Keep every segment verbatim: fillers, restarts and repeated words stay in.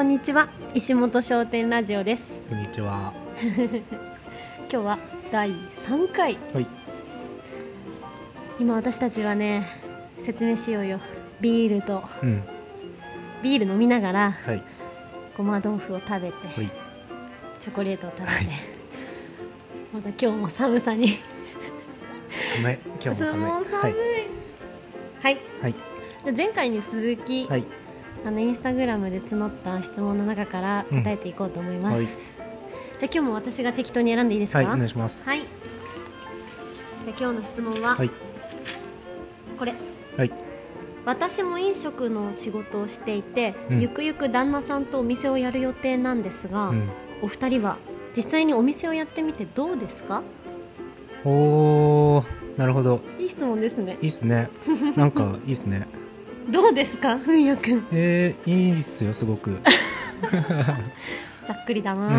こんにちは。石本商店ラジオです。 こんにちは。 今日はだいさんかい、 はい、 今私たちはね、説明しようよ。ビールと、 うん、 ビール飲みながら、 はい、 ごま豆腐を食べて、 はい、 チョコレートを食べて、 はい、 また今日も寒さに寒い。今日も寒い。 もう寒い。はい、はいはい、じゃあ前回に続き、はい、あのインスタグラムで募った質問の中から答えていこうと思います、うん、はい、じゃあ今日も私が適当に選んでいいですか？ はい、お願いします。 はい、じゃあ今日の質問は、はい、これ、はい、私も飲食の仕事をしていて、うん、ゆくゆく旦那さんとお店をやる予定なんですが、うん、お二人は実際にお店をやってみてどうですか？ おー、なるほど。 いい質問ですね。 いいっすね。なんかいいっすね。 どうですか、ふみやくん？ えー、いいっすよ、すごく。 ざっくりだな、うん、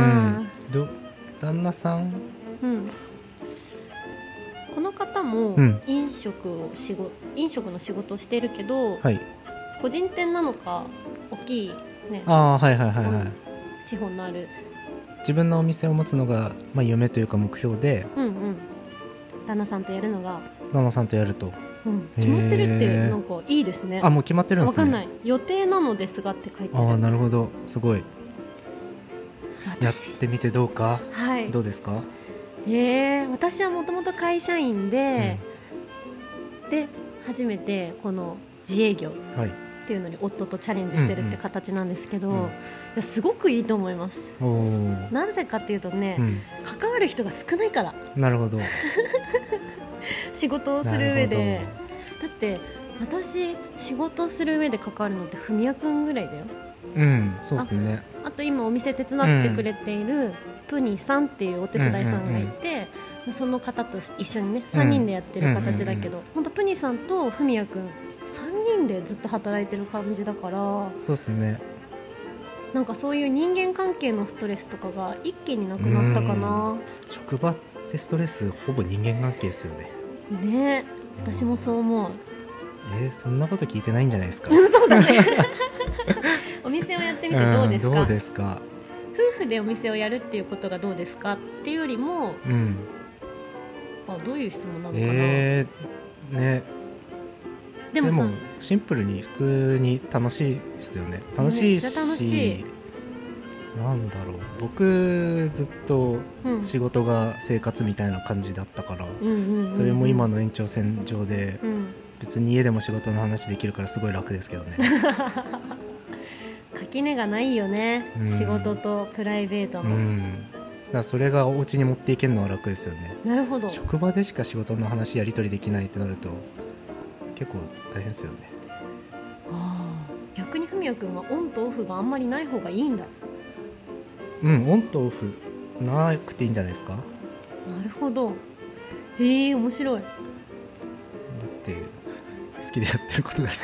ど旦那さん、 うん、この方も飲食を仕事、うん、飲食の仕事をしているけど、はい、個人店なのか大きい、ね、 あ、はいはいはいはい、 資本のある自分のお店を持つのが、まあ、夢というか目標で、うんうん、 旦那さんとやるのが旦那さんとやると、うん、 決まってるってなんかいいですね。 あ、もう決まってるんですね。 わかんない、予定なのですがって書いてある。 あ、なるほど、すごい。やってみてどうか、はい、どうですか？ えー、私はもともと会社員で、うん、で初めてこの自営業っていうのに夫とチャレンジしてるって形なんですけど、うんうん、いやすごくいいと思います。なぜかっていうとね、うん、関わる人が少ないから。 なるほど。 仕事をする上で、だって私仕事する上で関わるのってふみやくんぐらいだよ。 うん、そうですね。 あ, あと今お店手伝ってくれているプニさんっていうお手伝いさんがいて、うんうんうん、その方と一緒にねさんにんでやってる形だけど、うんうんうん、本当プニさんとふみやくんさんにんでずっと働いてる感じだから。 そうですね。 なんかそういう人間関係のストレスとかが一気になくなったかな。 職場ってストレスほぼ人間関係ですよね。ね、 私もそう思う。 えー、そんなこと聞いてないんじゃないですか？ そうだね。お店をやってみてどうですか？ どうですか？ 夫婦でお店をやるっていうことがどうですかっていうよりも、うん、あ、どういう質問なのかな。えー、ね、 でも、でもシンプルに普通に楽しいですよね。楽しいし、めっちゃ楽しい。なんだろう、僕ずっと仕事が生活みたいな感じだったから、うん、それも今の延長線上で、うん、別に家でも仕事の話できるからすごい楽ですけどね。 垣根がないよね、うん、仕事とプライベートの、うん、 だからそれがお家に持っていけるのは楽ですよね。 なるほど。 職場でしか仕事の話やり取りできないってなると結構大変ですよね。 あ、逆にふみやくんはオンとオフがあんまりない方がいいんだ。 うん、オンとオフなくていいんじゃないですか。 なるほど。へえ、面白い。だって好きでやってることだし。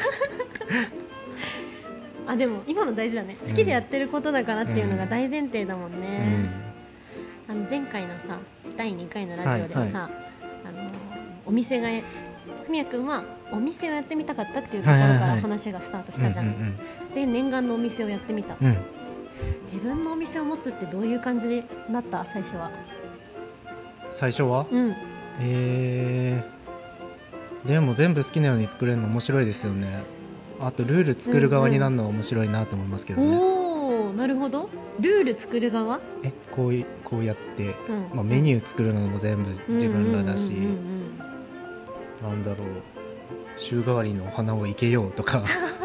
あ、でも今の大事だね。好きでやってることだからっていうのが大前提だもんね、うん、あの前回のさだいにかいのラジオでもさ、はいはい、あのお店がふみやくんはお店をやってみたかったっていうところから話がスタートしたじゃん。で念願のお店をやってみた、うん、自分のお店を持つってどういう感じになった？最初は最初は、うん、えー、でも全部好きなように作れるの面白いですよね。あとルール作る側になるのは面白いなと思いますけどね、うんうん、 おー、なるほど。ルール作る側、 えこういこうやって、うんまあ、メニュー作るのも全部自分らだし、なんだろう、週替わりのお花を生けようとか。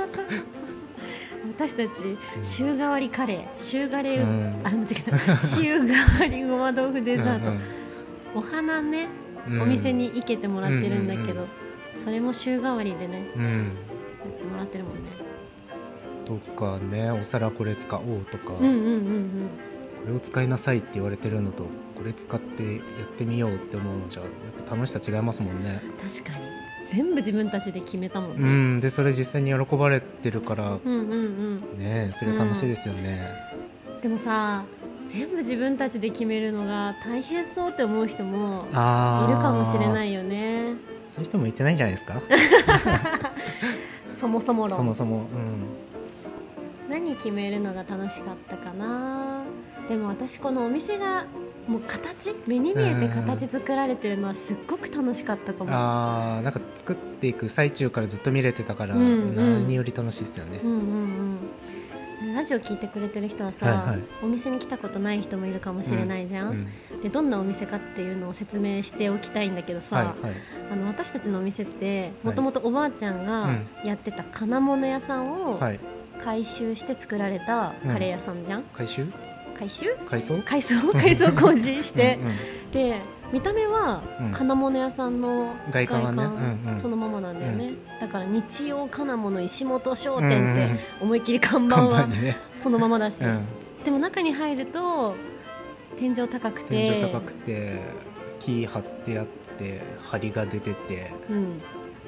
私たち週替わりカレー、週替わり、うん、あ、間違えた。週替わりごま豆腐デザート。うん、うん、お花ね、うん、お店に生けてもらってるんだけど、うんうんうん、それも週替わりでね、うん、やってもらってるもんね。 とかね、お皿これ使おうとか、 うんうんうんうん、 これを使いなさいって言われてるのと、これ使ってやってみようって思うのじゃやっぱ楽しさ違いますもんね。 確かに全部自分たちで決めたもんね、 うん、でそれ実際に喜ばれてるから、うんうんうん、ね、それ楽しいですよね、 うん、でもさ、全部自分たちで決めるのが大変そうって思う人もいるかもしれないよね。 そういう人もいてないんじゃないですか。 そもそも論、 そもそも、うん、 何決めるのが楽しかったかな。でも私このお店がもう形目に見えて形作られてるのはすっごく楽しかったかも。 あー、なんか作っていく最中からずっと見れてたから、うんうん、何より楽しいですよね。 うんうんうん、ラジオ聞いてくれてる人はさ、はいはい、お店に来たことない人もいるかもしれないじゃん、うんうん、でどんなお店かっていうのを説明しておきたいんだけどさ、はいはい、あの私たちのお店ってもともとおばあちゃんがやってた金物屋さんを改修して作られたカレー屋さんじゃん、うん、 改修改修改装改装改装工事してうん、うん、で見た目は金物屋さんの外観、外観はね、うんうん、そのままなんだよね、うん、だから日曜金物石本商店って思いっきり看板はそのままだし、うん、でも中に入ると天井高くて天井高くて木張ってあって梁が出てて、うん、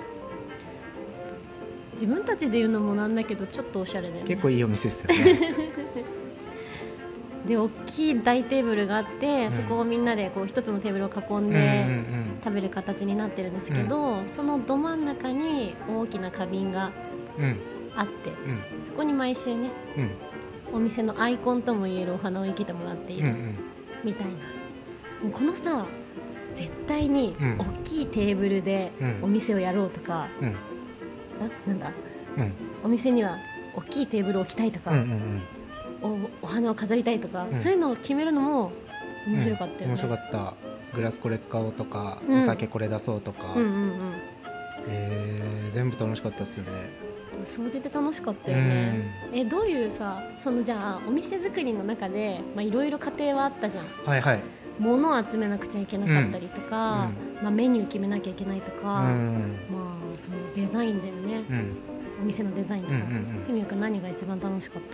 自分たちで言うのもなんだけどちょっとおしゃれだよね。 結構いいお店ですよねで大きい大テーブルがあって、うん、そこをみんなでこう一つのテーブルを囲んで食べる形になってるんですけど、うん、そのど真ん中に大きな花瓶があって、うん、そこに毎週ね、うん、お店のアイコンともいえるお花を生けてもらっている、うんうん、みたいな。もうこのさ絶対に大きいテーブルでお店をやろうとか、うん、あなんだ、うん、お店には大きいテーブルを置きたいとか、うんうんうん、お, お花を飾りたいとか、うん、そういうのを決めるのも面白かったよね、うん、 面白かった。グラスこれ使おうとか、うん、お酒これ出そうとか、うんうんうん、えー、全部楽しかったですよね。 掃除って楽しかったよね、うん、えどういうさそのじゃあお店作りの中でいろいろ過程はあったじゃん。 はいはい。 物を集めなくちゃいけなかったりとか、うんまあ、メニュー決めなきゃいけないとか、うん、まあそのデザインだよね、うん、お店のデザインとか。ふみやくん何が一番楽しかった？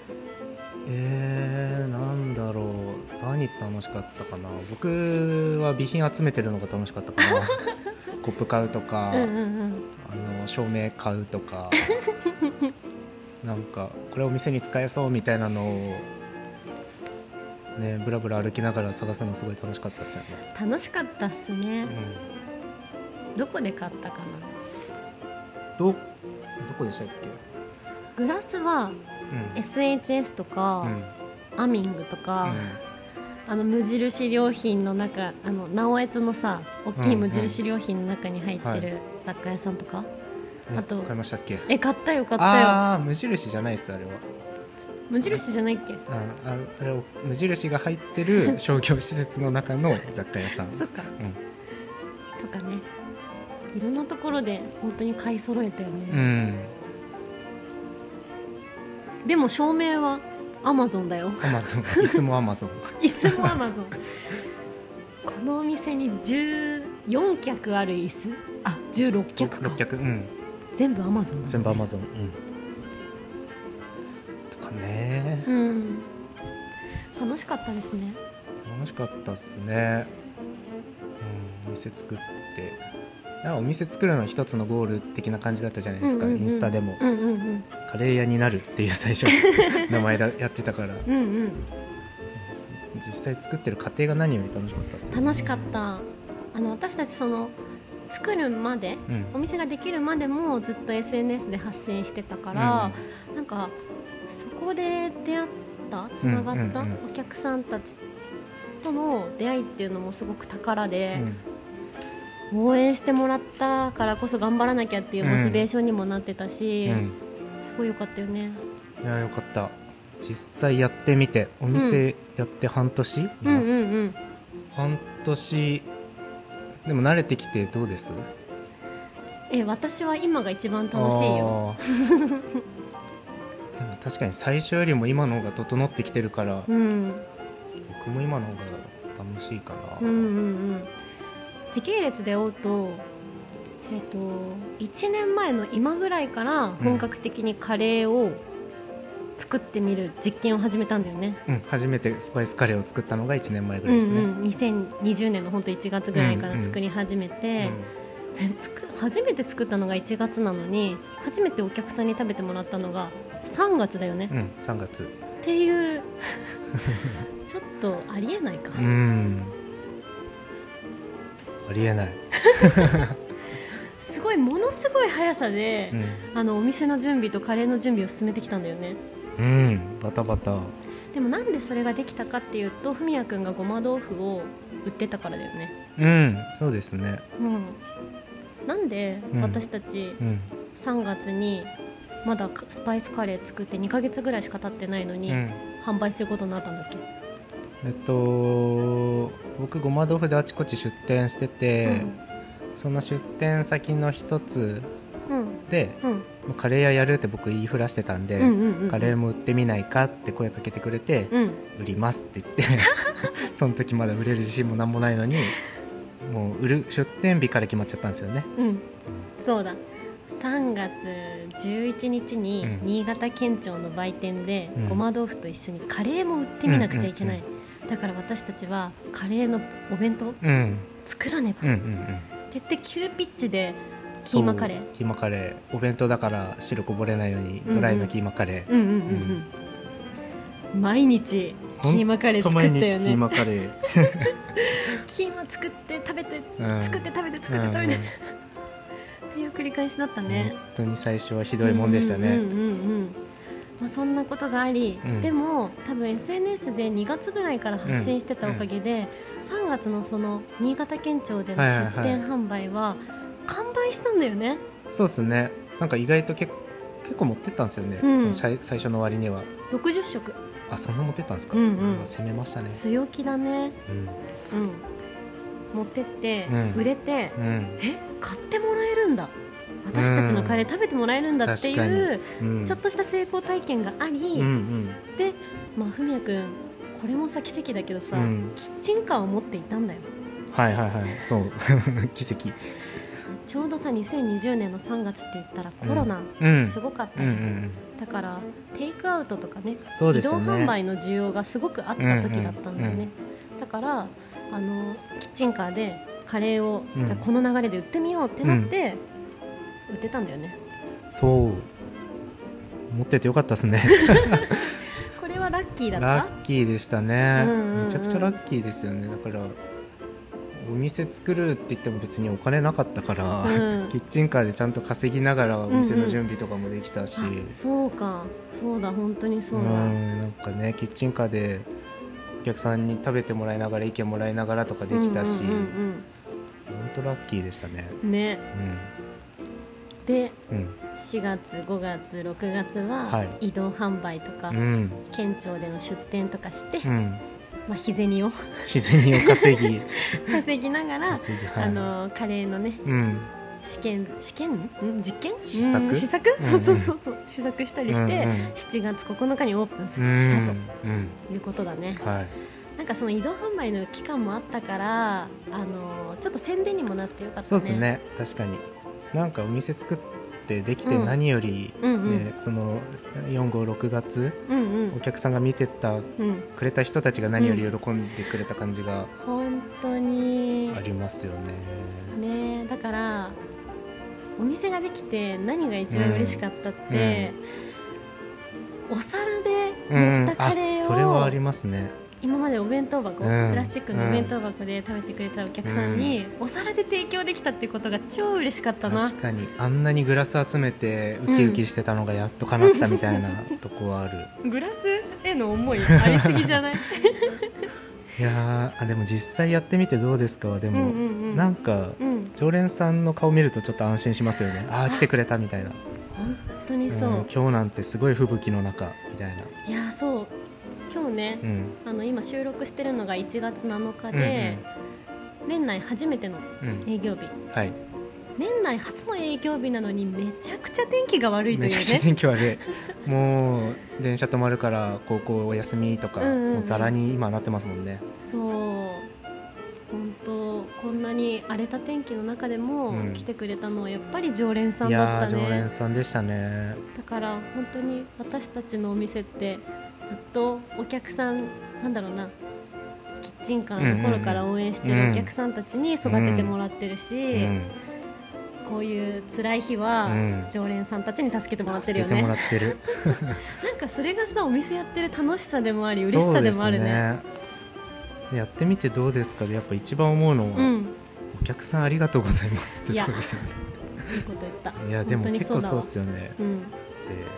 えー、なんだろう、何楽しかったかな。僕は備品集めてるのが楽しかったかなコップ買うとか、うんうんうん、あの照明買うとかなんかこれお店に使えそうみたいなのをね、ブラブラ歩きながら探すのすごい楽しかったですよね。 楽しかったっすね、うん、どこで買ったかな。 ど, どこでしたっけ。グラスはうん、エスエイチエス とか、うん、アミングとか、うん、あの無印良品の中、あの直江津のさ大きい無印良品の中に入ってる雑貨屋さんとか、 うんうん、あと買いましたっけ。 え買ったよ買ったよ。 ああ無印じゃないですあれは。 無印じゃないっけ。 あ, あ, あれ無印が入ってる商業施設の中の雑貨屋さんそっか、うん、とかね、いろんなところで本当に買い揃えたよね、うん。でも照明はアマゾンだよ。 アマゾン椅子もアマゾン椅子もアマゾンこのお店にじゅうよん脚ある椅子、あじゅうろっ脚かろっ脚、うん、 全部アマゾンだ、ね、 全部アマゾン、うん、とかね、 うん、楽しかったですね。 楽しかったっすね、うん、お店作ってなんかお店作るのは一つのゴール的な感じだったじゃないですか、うんうんうん、インスタでも、うんうんうん、カレー屋になるっていう最初名前でやってたからうん、うん、実際作ってる過程が何より楽しかったです、ね、 楽しかった。あの私たちその作るまで、うん、お店ができるまでもずっと エスエヌエス で発信してたから、うん、なんかそこで出会ったつながったお客さんたちとの出会いっていうのもすごく宝で、うん、応援してもらったからこそ頑張らなきゃっていうモチベーションにもなってたし、うん、すごい良かったよね。 いや良かった。実際やってみてお店やって半年、うんうんうんうん、半年でも慣れてきてどうです？ え私は今が一番楽しいよでも確かに最初よりも今の方が整ってきてるから、うん、僕も今の方が楽しいかな、うんうんうん、 時系列で追うと、えっと、いちねんまえの今ぐらいから本格的にカレーを作ってみる実験を始めたんだよね、 うん、初めてスパイスカレーを作ったのがいちねんまえぐらいですね、うんうん、 にせんにじゅうねんの本当いちがつぐらいから作り始めて、うんうん、つく初めて作ったのがいちがつなのに初めてお客さんに食べてもらったのがさんがつだよね、 うん、さんがつっていうちょっとありえないか、 うんありえないすごいものすごい速さで、うん、あのお店の準備とカレーの準備を進めてきたんだよね。 うん、バタバタ。 でもなんでそれができたかっていうと、文也くんがごま豆腐を売ってたからだよね。 うん、そうですね。 うん、なんで私たちさんがつにまだスパイスカレー作ってにかげつぐらいしか経ってないのに、うん、販売することになったんだっけ？ えっと僕ごま豆腐であちこち出店してて、うん、その出店先の一つで、うんうん、カレー屋やるって僕言いふらしてたんで、うんうんうんうん、カレーも売ってみないかって声かけてくれて、うん、売りますって言ってその時まだ売れる自信もなんもないのに、もう売る出店日から決まっちゃったんですよね、 うん、そうだ、さんがつじゅういちにちに新潟県庁の売店で、うん、ごま豆腐と一緒にカレーも売ってみなくちゃいけない、うんうんうん、だから私たちはカレーのお弁当、うん、作らねば、うんうんうん、って言って急ピッチでキーマカレーキーマカレーお弁当だから汁こぼれないようにドライのキーマカレー、うんうんうんうんうん、毎日キーマカレー作ったよね。 毎日キーマカレーキーマ作って食べて、うん、作って食べて作って食べて、うんうん、っていう繰り返しだったね。 本当に最初はひどいもんでしたね、うんうんうんうん、 まあ、そんなことがあり、うん、でも多分 エスエヌエス でにがつぐらいから発信してたおかげで、うん、さんがつのその新潟県庁での出店販売は完売したんだよね、はいはいはい、 そうですね。なんか意外と結結構持ってったんですよね、うん、その最初の割にはろくじゅっしょく。 あ、そんな持ってったんですか、 うんうん、 攻めましたね。 強気だね、うんうん、持ってって、うん、売れて、うん、え買ってもらえるんだ、私たちのカレー食べてもらえるんだっていう、うん、ちょっとした成功体験があり、うんうん、で、まあ、文也くんこれもさ奇跡だけどさ、うん、キッチンカーを持っていたんだよ。 はいはいはい、そう奇跡。 ちょうどさにせんにじゅうねんのさんがつって言ったらコロナすごかったじゃん、うんうんうん、だからテイクアウトとか ね, そうですね、 移動販売の需要がすごくあった時だったんだよね、うんうんうん、だからあのキッチンカーでカレーを、うん、じゃあこの流れで売ってみようってなって、うん、売ってたんだよね。 そう持っててよかったですねこれはラッキーだった。 ラッキーでしたね、うんうんうん、めちゃくちゃラッキーですよね。だからお店作るって言っても別にお金なかったから、うん、キッチンカーでちゃんと稼ぎながらお店の準備とかもできたし、うんうん、 そうか、そうだ、本当にそうだ、 うん、なんかねキッチンカーでお客さんに食べてもらいながら意見もらいながらとかできたし、本当、うんうん、ラッキーでしたね。 ね、うん、で、うん、しがつごがつろくがつは移動販売とか、はい、県庁での出店とかして、うん、まあ、日銭を日銭を稼ぎ稼ぎながら、はい、あのカレーのね、うん、試験試験ん実験試作試作、うんうん、そうそうそうそう試作したりして、うんうん、しちがつここのかにオープンしたということだね、うんうん、はい、なんかその移動販売の期間もあったからあのちょっと宣伝にもなってよかったね。 そうですね、確かになんかお店作ってできて何より、ね、うんうんうん、そのよん、ご、ろくがつ、うんうん、お客さんが見てた、うん、くれた人たちが何より喜んでくれた感じが本当にありますよね。 ね、だからお店ができて何が一番嬉しかったって、うんうん、お皿で盛ったカレーを、うん、 それはありますね。 今までお弁当箱、うん、プラスチックのお弁当箱で食べてくれたお客さんに、うん、お皿で提供できたっていうことが超嬉しかったな。 確かにあんなにグラス集めてウキウキしてたのがやっと叶ったみたいなとこはある、 うん、グラスへの思いありすぎじゃないいやあでも実際やってみてどうですか。でも、うんうんうん、なんか、うん、常連さんの顔見るとちょっと安心しますよね。ああ来てくれたみたいな。 本当にそう、うん、 今日なんてすごい吹雪の中みたいな。 いやそう今日ね、うん、あの今収録してるのがいちがつなのかで、うんうん、年内初めての営業日、うん、はい、年内初の営業日なのにめちゃくちゃ天気が悪いというね。 めちゃくちゃ天気悪いもう電車止まるから高校お休みとか、うんうんうん、もうざらに今なってますもんね。 そう本当こんなに荒れた天気の中でも来てくれたのはやっぱり常連さんだったね。 いや常連さんでしたね。 だから本当に私たちのお店ってずっとお客さんなんだろうなキッチンカーの頃から応援してるお客さんたちに育ててもらってるし、うんうん、こういう辛い日は常連さんたちに助けてもらってるよね。 助けてもらってるなんかそれがさお店やってる楽しさでもあり嬉しさでもあるね。 やってみてどうですか。でやっぱ一番思うのは、うん、お客さんありがとうございますってとこですよね。 いいこと言った。 いやでも結構そうっすよね、うん、で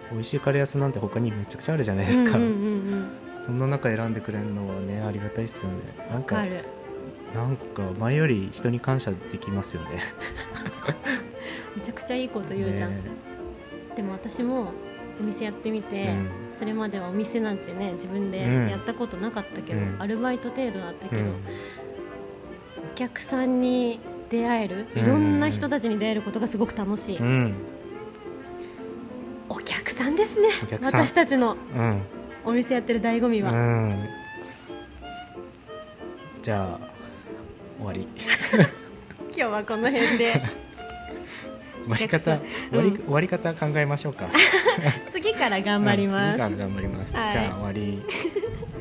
美味しいカレー屋さんなんて他にめちゃくちゃあるじゃないですか、 うんうんうんうん、 そんな中選んでくれるのはねありがたいですよね。なんかわかる。 なんか前より人に感謝できますよねめちゃくちゃいいこと言うじゃん、ね、でも私もお店やってみて、うん、それまではお店なんてね自分でやったことなかったけど、うん、アルバイト程度だったけど、うん、お客さんに出会える、いろんな人たちに出会えることがすごく楽しい、うん、お客さんですね、私たちのお店やってる醍醐味は、うん、 じゃあ終わり今日はこの辺で終わり方、終わり、うん、終わり方考えましょうか次から頑張ります、 次から頑張ります、はい、じゃあ終わり